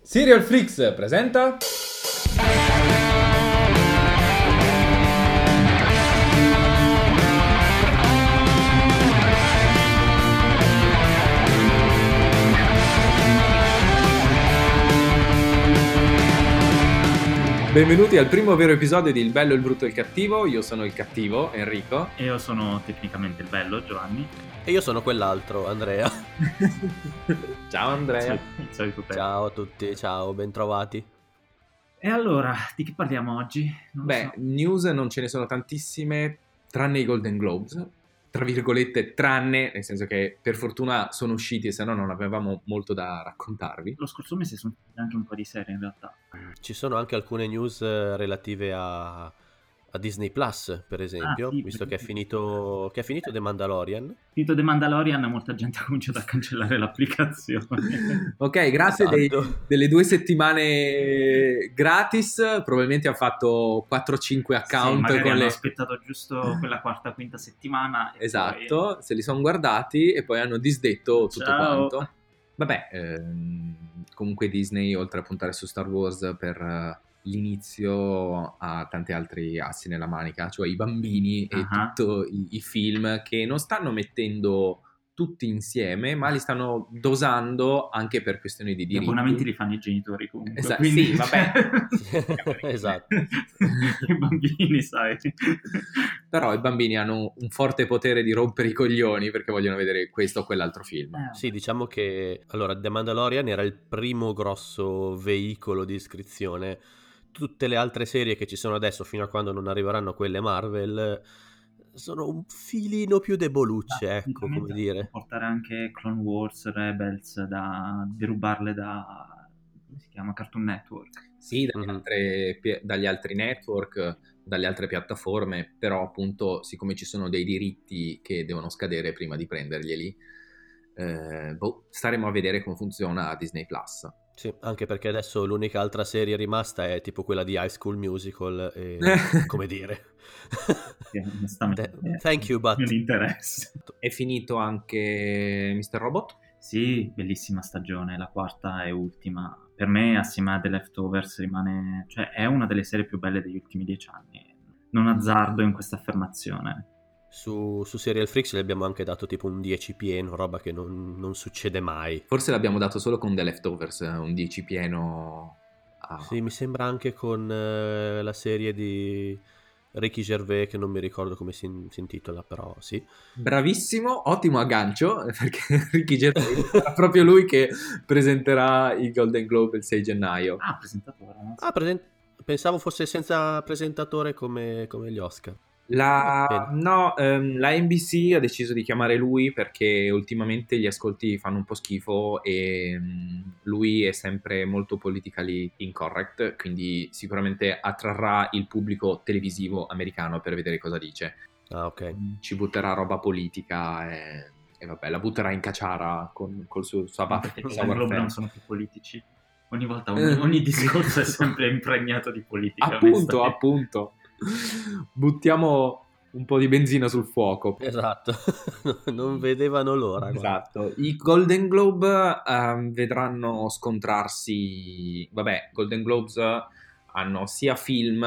Serial Flix presenta. Benvenuti al primo vero episodio di Il bello, il brutto e il cattivo. Io sono il cattivo, Enrico. E io sono tecnicamente il bello, Giovanni. E io sono quell'altro, Andrea. Ciao Andrea. Il solito te. Ciao a tutti, ciao, bentrovati. E allora, di che parliamo oggi? Non lo so. News non ce ne sono tantissime, tranne i Golden Globes. Tra virgolette, tranne, nel senso che per fortuna sono usciti e se no non avevamo molto da raccontarvi. Lo scorso mese sono uscite anche un po' di serie in realtà. Ci sono anche alcune news relative a Disney Plus, per esempio, sì, visto che è finito finito The Mandalorian. Finito The Mandalorian, molta gente ha cominciato a cancellare l'applicazione. Ok, grazie Esatto. delle 2 settimane gratis, probabilmente ha fatto 4-5 account. Sì, magari con hanno aspettato giusto quella quarta, quinta settimana. E esatto, poi... se li sono guardati e poi hanno disdetto tutto Ciao. quanto. Vabbè, comunque Disney, oltre a puntare su Star Wars per l'inizio, ha tanti altri assi nella manica, cioè i bambini e tutti i film che non stanno mettendo tutti insieme, ma li stanno dosando anche per questioni di Gli diritti. abbonamenti li fanno i genitori comunque. Esatto, quindi... sì, vabbè. Esatto. I bambini, sai. Però i bambini hanno un forte potere di rompere i coglioni perché vogliono vedere questo o quell'altro film. Sì, diciamo che allora The Mandalorian era il primo grosso veicolo di iscrizione. Tutte le altre serie che ci sono adesso, fino a quando non arriveranno quelle Marvel, sono un filino più debolucce, ecco, come dire. Portare anche Clone Wars, Rebels, da derubarle da, come si chiama, Cartoon Network. Sì, dagli altri network, dalle altre piattaforme, però appunto siccome ci sono dei diritti che devono scadere prima di prenderglieli, staremo a vedere come funziona Disney Plus. Sì, anche perché adesso l'unica altra serie rimasta è tipo quella di High School Musical e come dire. Onestamente Thank you, but... non mi interessa. È finito anche Mr. Robot? Sì, bellissima stagione, la quarta e ultima. Per me, assieme a The Leftovers, rimane... cioè, è una delle serie più belle degli ultimi 10 anni. Non azzardo in questa affermazione. Su Serial Freaks le abbiamo anche dato tipo un 10 pieno, roba che non succede mai. Forse l'abbiamo dato solo con The Leftovers, un 10 pieno. Sì, mi sembra anche con la serie di Ricky Gervais, che non mi ricordo come si intitola, però sì. Bravissimo, ottimo aggancio, perché Ricky Gervais sarà proprio lui che presenterà i Golden Globe il 6 gennaio. Ah, presentatore. Pensavo fosse senza presentatore come gli Oscar. La NBC ha deciso di chiamare lui perché ultimamente gli ascolti fanno un po' schifo e lui è sempre molto politically incorrect, quindi sicuramente attrarrà il pubblico televisivo americano per vedere cosa dice. Ah, ok. Ci butterà roba politica e vabbè, la butterà in caciara col suo Perché i Globe non sono più politici. Ogni volta, ogni discorso è sempre impregnato di politica. Appunto. Buttiamo un po' di benzina sul fuoco. Esatto, non vedevano l'ora. Esatto. I Golden Globe vedranno scontrarsi. Vabbè, Golden Globes hanno sia film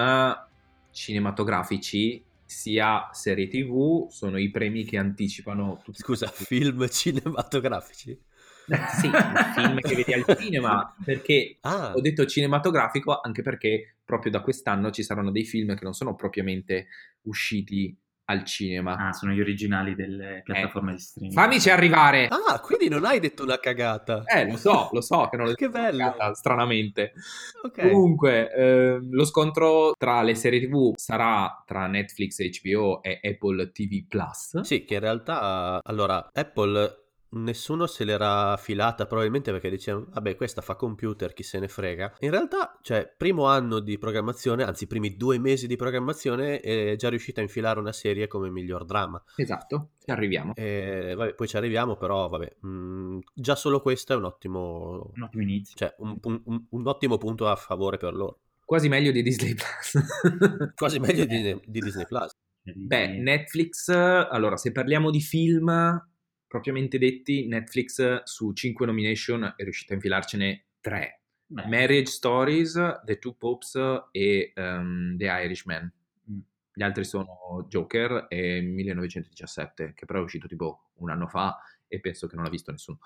cinematografici sia serie TV, sono i premi che anticipano tutti. Scusa, film cinematografici? Sì, film che vedi al cinema, perché ho detto cinematografico anche perché proprio da quest'anno ci saranno dei film che non sono propriamente usciti al cinema. Ah, sono gli originali delle piattaforme di streaming. Fammici arrivare! Ah, quindi non hai detto una cagata. Lo so che non l'ho detto. Che bello. Cagata, stranamente. Ok. Comunque, lo scontro tra le serie TV sarà tra Netflix, HBO e Apple TV Plus. Sì, che in realtà, allora, Apple nessuno se l'era filata probabilmente perché dicevano, vabbè, questa fa computer, chi se ne frega. In realtà, cioè, primo anno di programmazione, anzi, primi 2 mesi di programmazione, è già riuscita a infilare una serie come miglior drama. Esatto, ci arriviamo. Vabbè, poi ci arriviamo, però, vabbè, già solo questo è un ottimo inizio. Cioè, un ottimo punto a favore per loro. Quasi meglio di Disney Plus. Quasi meglio di Disney Plus. Beh, Netflix, allora, se parliamo di film propriamente detti, Netflix su 5 nomination è riuscita a infilarcene 3. Marriage Stories, The Two Popes e The Irishman. Gli altri sono Joker e 1917, che però è uscito tipo un anno fa e penso che non l'ha visto nessuno.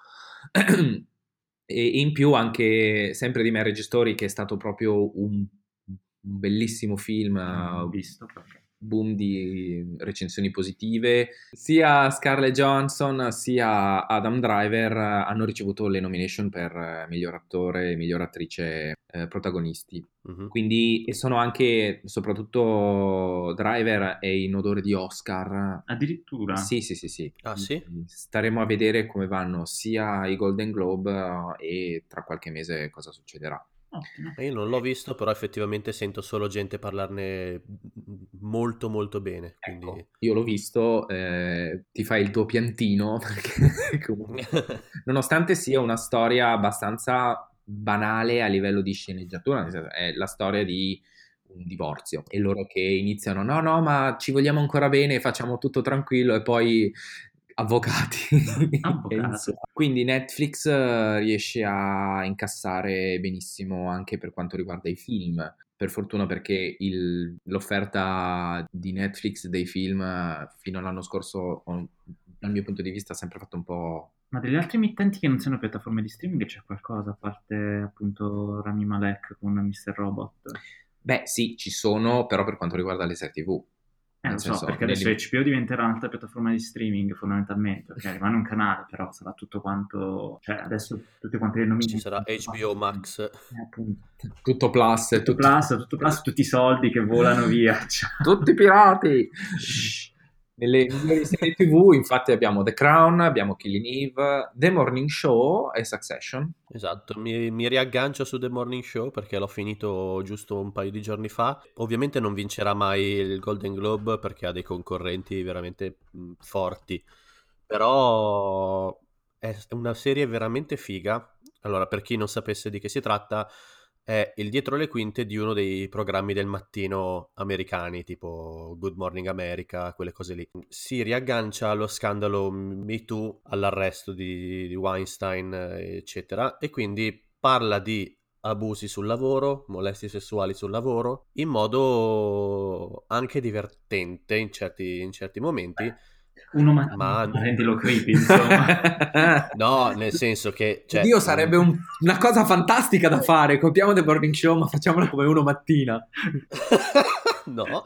E in più anche sempre di Marriage Story, che è stato proprio un bellissimo film, visto perché boom di recensioni positive. Sia Scarlett Johansson sia Adam Driver hanno ricevuto le nomination per miglior attore e miglior attrice protagonisti. Quindi, e sono anche, soprattutto Driver è in odore di Oscar. Addirittura? Sì. Ah, sì? Staremo a vedere come vanno sia i Golden Globe e tra qualche mese cosa succederà. Ottimo. Io non l'ho visto, però effettivamente sento solo gente parlarne molto molto bene. Quindi... Ecco, io l'ho visto, ti fai il tuo piantino, perché comunque, nonostante sia una storia abbastanza banale a livello di sceneggiatura, nel senso, è la storia di un divorzio e loro che iniziano, no, ma ci vogliamo ancora bene, facciamo tutto tranquillo e poi avvocati. Avvocato. Quindi Netflix riesce a incassare benissimo anche per quanto riguarda i film. Per fortuna, perché l'offerta di Netflix dei film fino all'anno scorso, dal mio punto di vista, ha sempre fatto un po'... Ma degli altri emittenti che non siano piattaforme di streaming c'è qualcosa, a parte appunto Rami Malek con Mr. Robot? Beh, sì, ci sono, però per quanto riguarda le serie TV. Lo so, perché adesso HBO diventerà un'altra piattaforma di streaming fondamentalmente, perché rimane un canale, però sarà tutto quanto, cioè adesso tutte quante le nomination. Ci sarà HBO Max. Appunto. Tutto plus, tutto plus, tutti i soldi che volano via. Cioè. Tutti pirati! Nelle migliori serie TV, infatti, abbiamo The Crown, abbiamo Killing Eve, The Morning Show e Succession. Esatto, mi riaggancio su The Morning Show perché l'ho finito giusto un paio di giorni fa. Ovviamente non vincerà mai il Golden Globe perché ha dei concorrenti veramente forti, però è una serie veramente figa. Allora, per chi non sapesse di che si tratta, è il dietro le quinte di uno dei programmi del mattino americani, tipo Good Morning America, quelle cose lì. Si riaggancia allo scandalo Me Too, all'arresto di Weinstein, eccetera, e quindi parla di abusi sul lavoro, molestie sessuali sul lavoro, in modo anche divertente in certi momenti. Ma rendilo creepy, insomma. No, nel senso che... Cioè, Dio, sarebbe una cosa fantastica da fare. Copiamo The Morning Show, ma facciamola come uno mattina. No.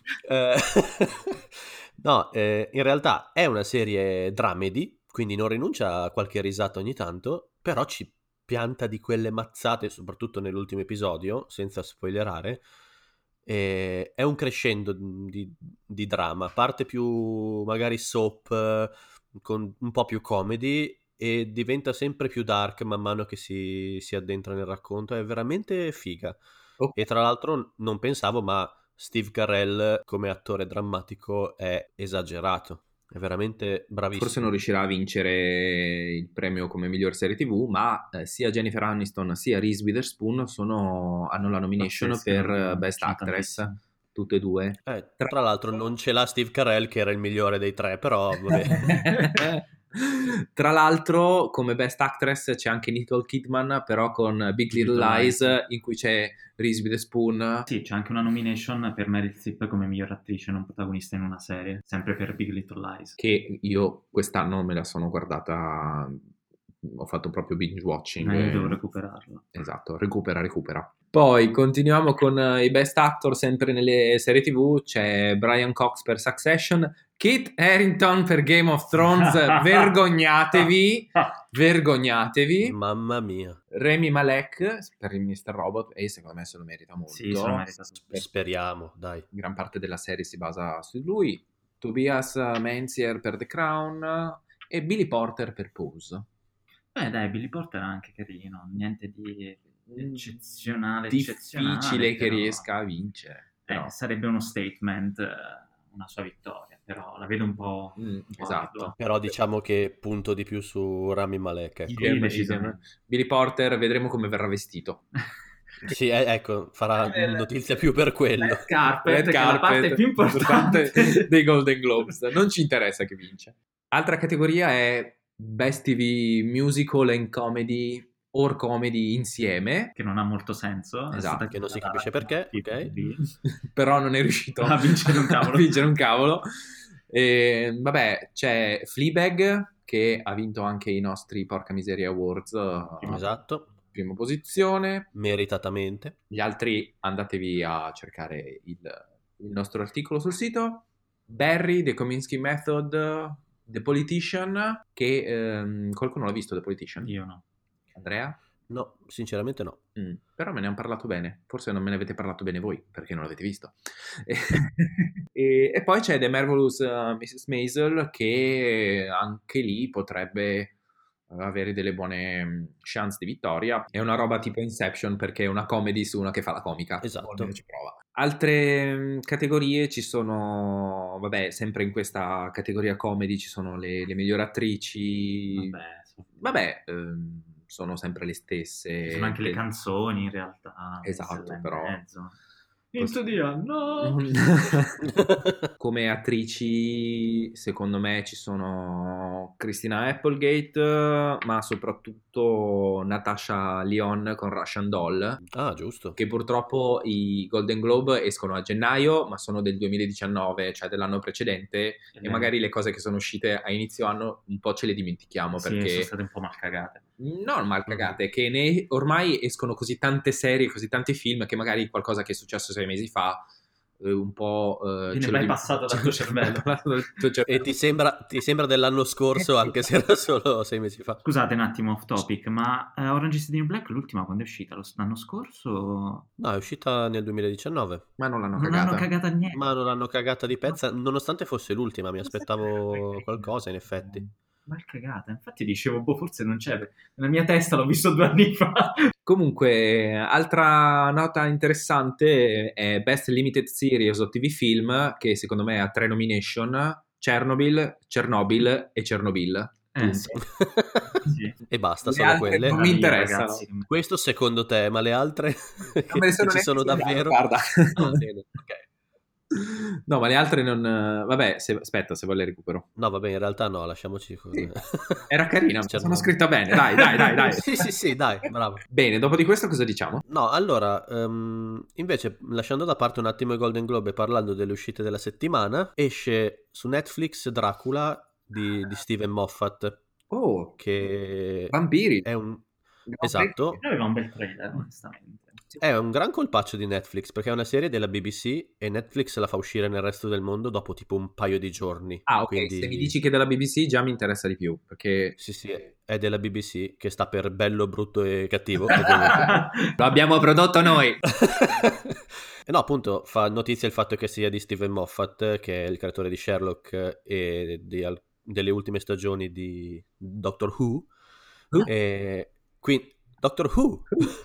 No, in realtà è una serie dramedy, quindi non rinuncia a qualche risata ogni tanto, però ci pianta di quelle mazzate, soprattutto nell'ultimo episodio, senza spoilerare. È un crescendo di drama, parte più magari soap, con un po' più comedy, e diventa sempre più dark man mano che si addentra nel racconto. È veramente figa. E tra l'altro non pensavo, ma Steve Carell come attore drammatico è esagerato. È veramente bravissimo. Forse non riuscirà a vincere il premio come miglior serie TV, ma sia Jennifer Aniston sia Reese Witherspoon hanno la nomination per Best Actress, tutte e due. Tra l'altro non ce l'ha Steve Carell, che era il migliore dei tre, però vabbè. Tra l'altro come Best Actress c'è anche Nicole Kidman, però con Big Little Lies, in cui c'è Reese Witherspoon. Sì, c'è anche una nomination per Meryl Streep come miglior attrice non protagonista in una serie, sempre per Big Little Lies. Che io quest'anno me la sono guardata, ho fatto proprio binge watching. Io devo recuperarla. Esatto, recupera. Poi continuiamo con i Best Actor sempre nelle serie TV. C'è Brian Cox per Succession, Kit Harington per Game of Thrones, vergognatevi. Mamma mia. Rami Malek per il Mr. Robot, e secondo me se lo merita molto. Sì, se lo merita. Speriamo, dai. Gran parte della serie si basa su lui. Tobias Menzies per The Crown e Billy Porter per Pose. Dai, Billy Porter è anche carino, niente di eccezionale. Difficile che riesca a vincere. Sarebbe uno statement, una sua vittoria, però la vedo un po'... esatto. Però diciamo che punto di più su Rami Malek. Ecco. Sì, decisamente. Billy Porter, vedremo come verrà vestito. Sì, ecco, farà notizia più per quello. Red Carpet, che è la parte più importante dei Golden Globes. Non ci interessa che vince. Altra categoria è Best TV Musical and Comedy. or comedy insieme. Che non ha molto senso. Esatto. Che non si capisce perché, ok? Però non è riuscito a vincere un cavolo. a vincere un cavolo. Vabbè, c'è Fleabag, che ha vinto anche i nostri Porca Miseria Awards. Esatto. Prima posizione. Meritatamente. Gli altri andatevi a cercare il nostro articolo sul sito. Barry, The Kominsky Method, The Politician, che qualcuno l'ha visto The Politician? Io no. Andrea? No, sinceramente no. Però me ne hanno parlato bene. Forse non me ne avete parlato bene voi, perché non l'avete visto. E poi c'è The Marvelous Mrs. Maisel, che anche lì potrebbe avere delle buone chance di vittoria. È una roba tipo Inception, perché è una comedy su una che fa la comica. Esatto. Ci prova. Altre categorie ci sono, vabbè, sempre in questa categoria comedy ci sono le migliori attrici. Vabbè, sono sempre le stesse. Ci sono anche le canzoni in realtà. Esatto, però. Into the unknown. Come attrici, secondo me ci sono Christina Applegate, ma soprattutto Natasha Lyonne con Russian Doll. Ah, giusto. Che purtroppo i Golden Globe escono a gennaio, ma sono del 2019, cioè dell'anno precedente, e magari le cose che sono uscite a inizio anno un po' ce le dimentichiamo, sì, perché sono state un po' mal cagate. Non mal cagate, che ormai escono così tante serie, così tanti film, che magari qualcosa che è successo 6 mesi fa un po' viene bypassato dal tuo cervello. E ti sembra dell'anno scorso, anche se era solo 6 mesi fa. Scusate un attimo, off topic, ma Orange is the New Black l'ultima quando è uscita? L'anno scorso? No, è uscita nel 2019. Ma non l'hanno cagata. Non l'hanno cagata niente. Ma non l'hanno cagata di pezza, nonostante fosse l'ultima, mi aspettavo qualcosa in effetti. Mal cagata, infatti dicevo, forse non c'è, nella mia testa l'ho visto 2 anni fa. Comunque, altra nota interessante è Best Limited Series o TV Film, che secondo me ha 3 nomination: Chernobyl, Chernobyl e Chernobyl. Sì. E basta, sono quelle. Non mi interessano. Ragazzi. Questo secondo te, ma le altre non me ne sono ci sono davvero? Guarda. No, bene, ok. No, ma le altre non. Vabbè, aspetta, se vuoi le recupero. No, vabbè, in realtà no, lasciamoci. Sì. Era carina, sono scritta bene. Dai. Sì, dai, bravo. Bene, dopo di questo cosa diciamo? No, allora, invece, lasciando da parte un attimo i Golden Globe e parlando delle uscite della settimana, esce su Netflix Dracula di Steven Moffat. Oh, che vampiri. È un... Esatto. Aveva un bel trailer, onestamente. È un gran colpaccio di Netflix, perché è una serie della BBC e Netflix la fa uscire nel resto del mondo dopo tipo un paio di giorni. Ah, ok, quindi... se mi dici che è della BBC già mi interessa di più, perché... Sì, è della BBC, che sta per bello, brutto e cattivo. Lo abbiamo prodotto noi! No, appunto, fa notizia il fatto che sia di Steven Moffat, che è il creatore di Sherlock e delle ultime stagioni di Doctor Who. E quindi Doctor Who!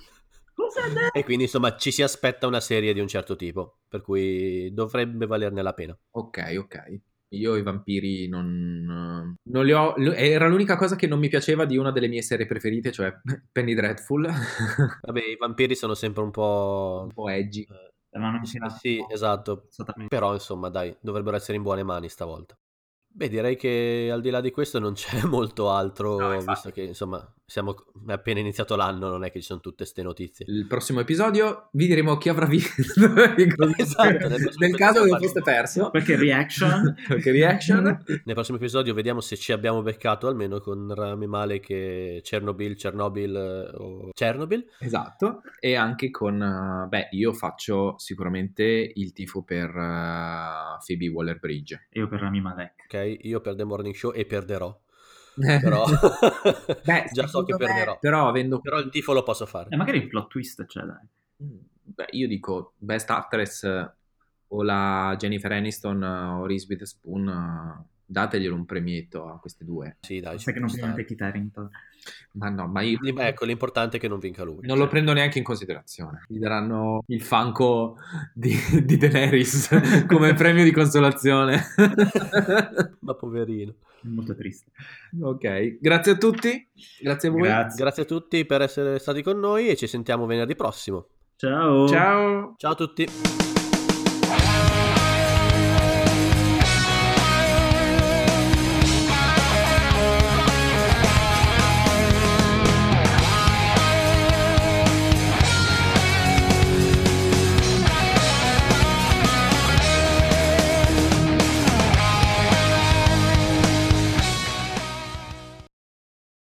E quindi insomma ci si aspetta una serie di un certo tipo, per cui dovrebbe valerne la pena. Ok. Io i vampiri non li ho. Era l'unica cosa che non mi piaceva di una delle mie serie preferite, cioè Penny Dreadful. Vabbè, i vampiri sono sempre un po' edgy. Sì, esatto. Però insomma dai, dovrebbero essere in buone mani stavolta. Beh, direi che al di là di questo non c'è molto altro, visto che insomma siamo appena iniziato l'anno, non è che ci sono tutte ste notizie. Il prossimo episodio vi diremo chi avrà vinto. Esatto, nel caso che lo foste perso. Perché reaction. Nel prossimo episodio vediamo se ci abbiamo beccato almeno con Rami Malek che Chernobyl o Chernobyl. Esatto, e anche con io faccio sicuramente il tifo per Phoebe Waller-Bridge. Io per Rami Malek. Ok, io per The Morning Show e perderò. Però già so che perderò. Però il tifo lo posso fare. Magari il plot twist c'è, dai. Beh, io dico Best Actress o la Jennifer Aniston o Reese Witherspoon, dateglielo un premietto a queste due. Sì, dai. Perché non prende Becky Tarrington. Ma no, ma io... Ecco, l'importante è che non vinca lui. Non lo prendo neanche in considerazione. Gli daranno il Funko di Daenerys come premio di consolazione. Ma poverino. Molto triste. Ok, grazie a tutti. Grazie a voi. Grazie a tutti per essere stati con noi e ci sentiamo venerdì prossimo. Ciao. Ciao a tutti.